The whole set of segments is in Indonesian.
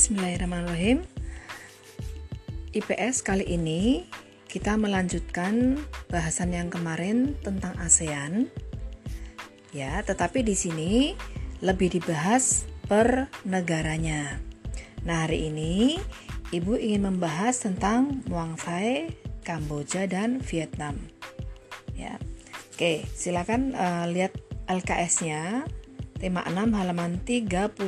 Bismillahirrahmanirrahim. IPS kali ini kita melanjutkan bahasan yang kemarin tentang ASEAN. Ya, tetapi di sini lebih dibahas per negaranya. Nah, hari ini Ibu ingin membahas tentang Muang Thai, Kamboja dan Vietnam. Ya. Oke, silakan lihat LKS-nya. Tema 6 halaman 38.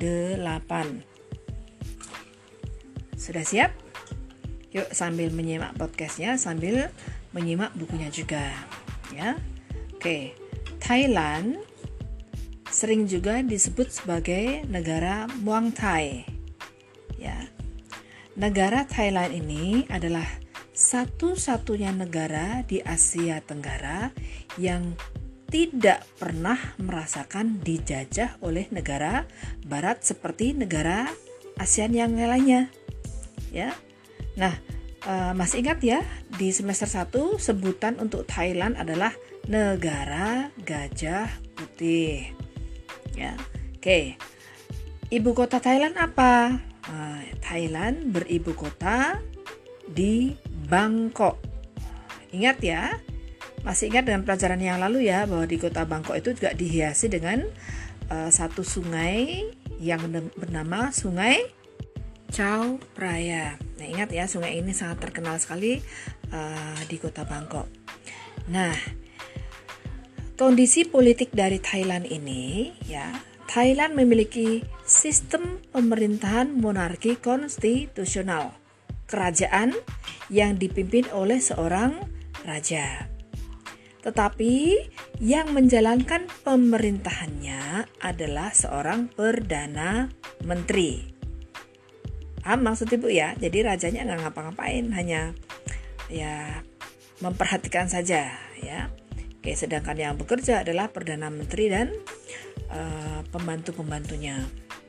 Sudah siap? Yuk sambil menyimak podcastnya, sambil menyimak bukunya juga, ya. Oke, Thailand sering juga disebut sebagai negara Muang Thai. Ya. Negara Thailand ini adalah satu-satunya negara di Asia Tenggara yang tidak pernah merasakan dijajah oleh negara barat seperti negara ASEAN yang lainnya. Ya. Nah, masih ingat ya, di semester 1 sebutan untuk Thailand adalah negara gajah putih. Ya. Oke. Ibu kota Thailand apa? Thailand beribu kota di Bangkok. Ingat ya, masih ingat dengan pelajaran yang lalu ya, bahwa di kota Bangkok itu juga dihiasi dengan satu sungai yang bernama Sungai Chao Phraya. Nah, ingat ya, sungai ini sangat terkenal sekali di kota Bangkok. Nah, kondisi politik dari Thailand ini ya, Thailand memiliki sistem pemerintahan monarki konstitusional, kerajaan yang dipimpin oleh seorang raja. Tetapi yang menjalankan pemerintahannya adalah seorang perdana menteri. Paham maksud Ibu ya? Jadi rajanya nggak ngapa-ngapain, hanya ya memperhatikan saja ya. Oke, sedangkan yang bekerja adalah perdana menteri dan pembantu-pembantunya.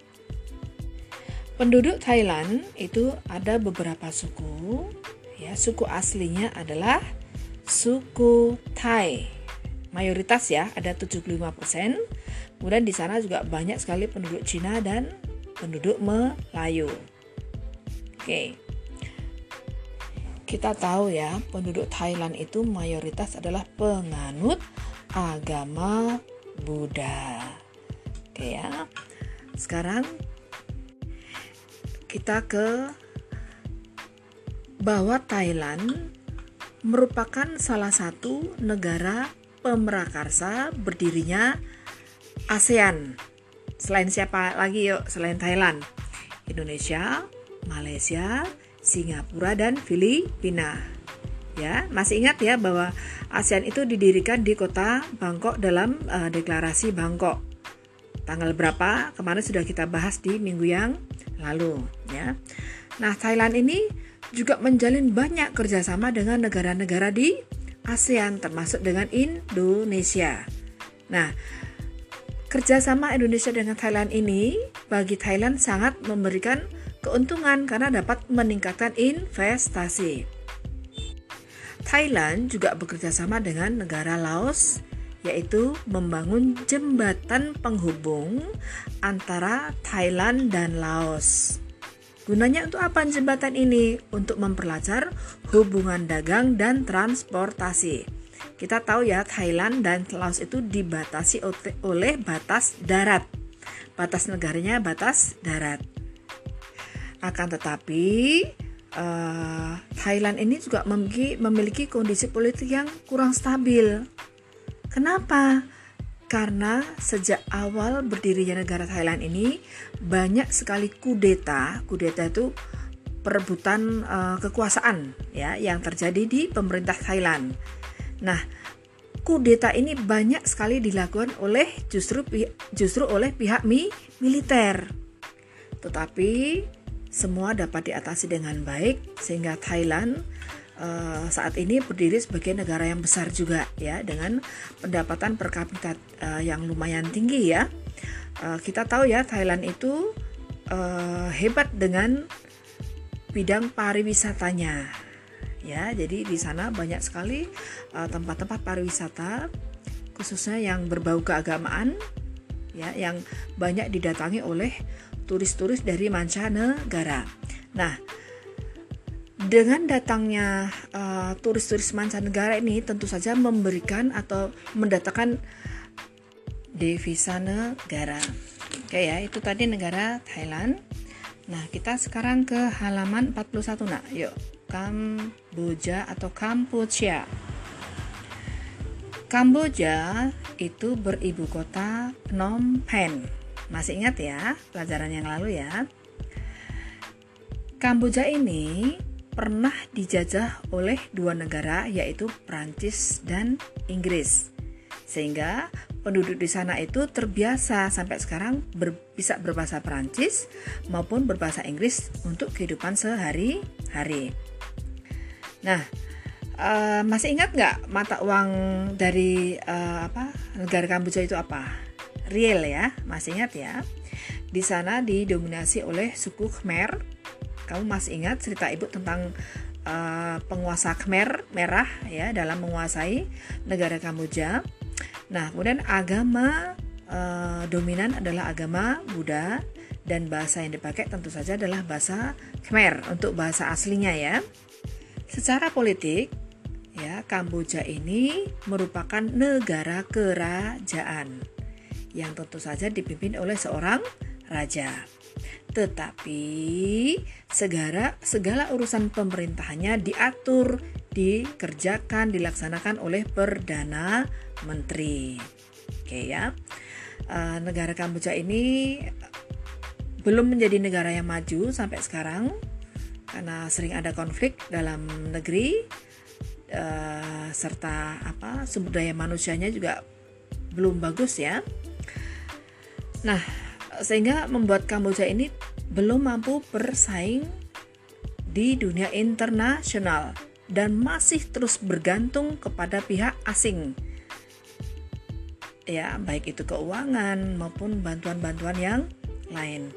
Penduduk Thailand itu ada beberapa suku. Ya, suku aslinya adalah suku Thai, mayoritas ya, ada 75%. Kemudian di sana juga banyak sekali penduduk Cina dan penduduk Melayu. Oke. Kita tahu ya, penduduk Thailand itu mayoritas adalah penganut agama Buddha. Oke ya. Sekarang kita ke bahwa Thailand merupakan salah satu negara pemrakarsa berdirinya ASEAN. Selain siapa lagi yuk selain Thailand? Indonesia, Malaysia, Singapura dan Filipina. Ya, masih ingat ya bahwa ASEAN itu didirikan di kota Bangkok dalam deklarasi Bangkok. Tanggal berapa? Kemarin sudah kita bahas di minggu yang lalu, ya. Nah, Thailand ini juga menjalin banyak kerjasama dengan negara-negara di ASEAN, termasuk dengan Indonesia. Nah, kerjasama Indonesia dengan Thailand ini bagi Thailand sangat memberikan keuntungan karena dapat meningkatkan investasi. Thailand juga bekerjasama dengan negara Laos, yaitu membangun jembatan penghubung antara Thailand dan Laos. Gunanya untuk apa jembatan ini? Untuk memperlancar hubungan dagang dan transportasi. Kita tahu ya, Thailand dan Laos itu dibatasi oleh batas darat. Batas negaranya batas darat. Akan tetapi Thailand ini juga memiliki kondisi politik yang kurang stabil. Kenapa? Karena sejak awal berdirinya negara Thailand ini banyak sekali kudeta. Kudeta itu perebutan kekuasaan ya yang terjadi di pemerintah Thailand. Nah, kudeta ini banyak sekali dilakukan oleh justru oleh pihak militer. Tetapi semua dapat diatasi dengan baik sehingga Thailand saat ini berdiri sebagai negara yang besar juga ya, dengan pendapatan per kapita yang lumayan tinggi ya. Kita tahu ya, Thailand itu hebat dengan bidang pariwisatanya ya. Jadi di sana banyak sekali tempat-tempat pariwisata khususnya yang berbau keagamaan ya, yang banyak didatangi oleh turis-turis dari mancanegara. Nah, dengan datangnya turis-turis mancanegara ini tentu saja memberikan atau mendatangkan devisa negara. Oke ya, itu tadi negara Thailand. Nah, kita sekarang ke halaman 41 nak. Yuk, Kamboja atau Kampuchea. Kamboja itu beribu kota Phnom Penh. Masih ingat ya pelajaran yang lalu ya. Kamboja ini pernah dijajah oleh dua negara yaitu Prancis dan Inggris. Sehingga penduduk di sana itu terbiasa sampai sekarang bisa berbahasa Prancis maupun berbahasa Inggris untuk kehidupan sehari-hari. Nah, masih ingat nggak mata uang dari negara Kamboja itu apa? Riel ya, masih ingat ya? Di sana didominasi oleh suku Khmer. Kamu masih ingat cerita ibu tentang penguasa Khmer merah ya dalam menguasai negara Kamboja. Nah, kemudian agama dominan adalah agama Buddha dan bahasa yang dipakai tentu saja adalah bahasa Khmer untuk bahasa aslinya ya. Secara politik ya, Kamboja ini merupakan negara kerajaan yang tentu saja dipimpin oleh seorang raja. Tetapi segala urusan pemerintahannya diatur, dikerjakan, dilaksanakan oleh Perdana Menteri. Oke ya. Negara Kamboja ini belum menjadi negara yang maju sampai sekarang karena sering ada konflik dalam negeri. Serta sumber daya manusianya juga belum bagus ya. Nah, sehingga membuat Kamboja ini belum mampu bersaing di dunia internasional dan masih terus bergantung kepada pihak asing. Ya, baik itu keuangan maupun bantuan-bantuan yang lain.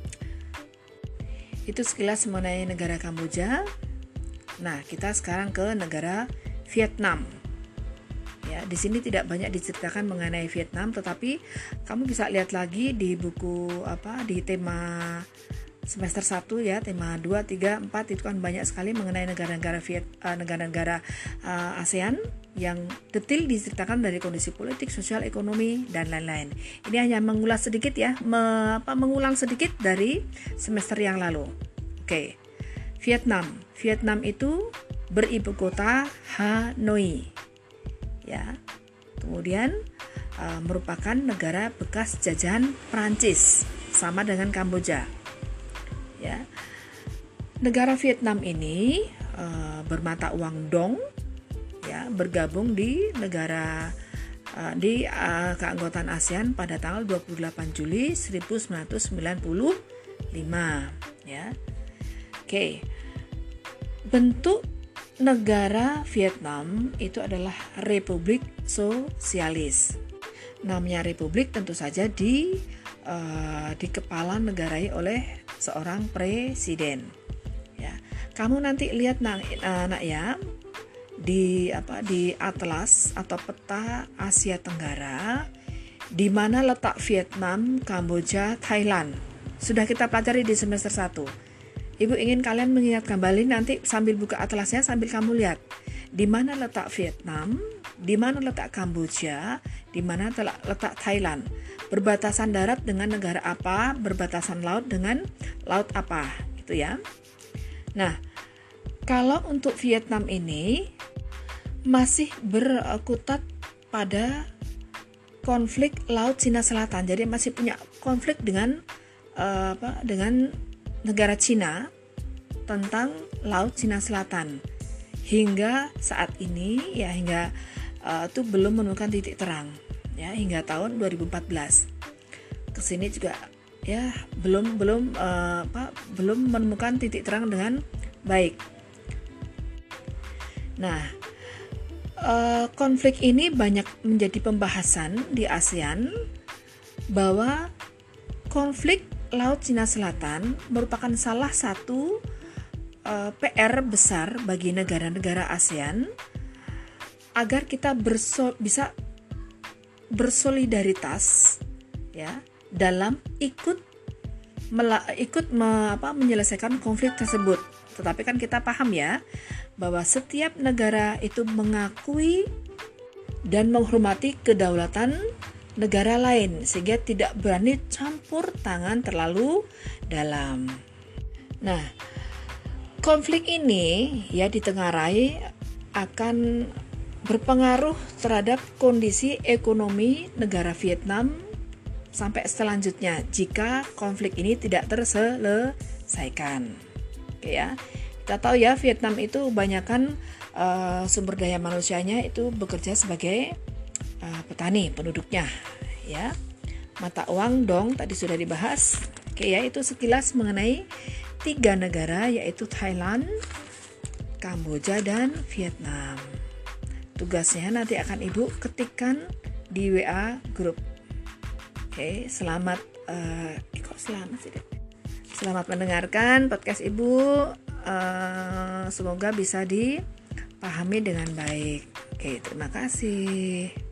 Itu sekilas mengenai negara Kamboja. Nah, kita sekarang ke negara Vietnam. Ya, di sini tidak banyak diceritakan mengenai Vietnam, tetapi kamu bisa lihat lagi di buku di tema semester 1 ya, tema 2, 3, 4 itu kan banyak sekali mengenai negara-negara ASEAN yang detail diceritakan dari kondisi politik, sosial, ekonomi dan lain-lain. Ini hanya mengulas sedikit ya, mengulang sedikit dari semester yang lalu. Oke. Vietnam itu beribu kota Hanoi. Ya. Kemudian merupakan negara bekas jajahan Prancis, sama dengan Kamboja. Ya. Negara Vietnam ini bermata uang dong, ya, bergabung di negara keanggotaan ASEAN pada tanggal 28 Juli 1995, ya. Oke. Bentuk negara Vietnam itu adalah Republik Sosialis. Namanya Republik tentu saja dikepala negarai oleh seorang presiden. Ya, kamu nanti lihat nak ya di atlas atau peta Asia Tenggara di mana letak Vietnam, Kamboja, Thailand. Sudah kita pelajari di semester 1. Ibu ingin kalian mengingat kembali nanti sambil buka atlasnya sambil kamu lihat di mana letak Vietnam, di mana letak Kamboja, di mana letak Thailand. Berbatasan darat dengan negara apa, berbatasan laut dengan laut apa, gitu ya. Nah, kalau untuk Vietnam ini masih berkutat pada konflik Laut Cina Selatan. Jadi masih punya konflik dengan negara Cina tentang Laut Cina Selatan hingga saat ini ya, hingga itu belum menemukan titik terang ya, hingga tahun 2014 kesini juga ya belum menemukan titik terang dengan baik. Nah, konflik ini banyak menjadi pembahasan di ASEAN bahwa konflik Laut Cina Selatan merupakan salah satu PR besar bagi negara-negara ASEAN agar kita bisa bersolidaritas ya dalam ikut menyelesaikan konflik tersebut. Tetapi kan kita paham ya bahwa setiap negara itu mengakui dan menghormati kedaulatan negara lain sehingga tidak berani campur tangan terlalu dalam. Nah, konflik ini ya ditengarai akan berpengaruh terhadap kondisi ekonomi negara Vietnam sampai selanjutnya jika konflik ini tidak terselesaikan. Oke ya. Kita tahu ya Vietnam itu kebanyakan sumber daya manusianya itu bekerja sebagai petani penduduknya ya. Mata uang dong tadi sudah dibahas. Oke ya, itu sekilas mengenai 3 negara yaitu Thailand, Kamboja dan Vietnam. Tugasnya nanti akan Ibu ketikkan di WA grup. Oke, selamat Selamat mendengarkan podcast Ibu. Semoga bisa dipahami dengan baik. Oke, terima kasih.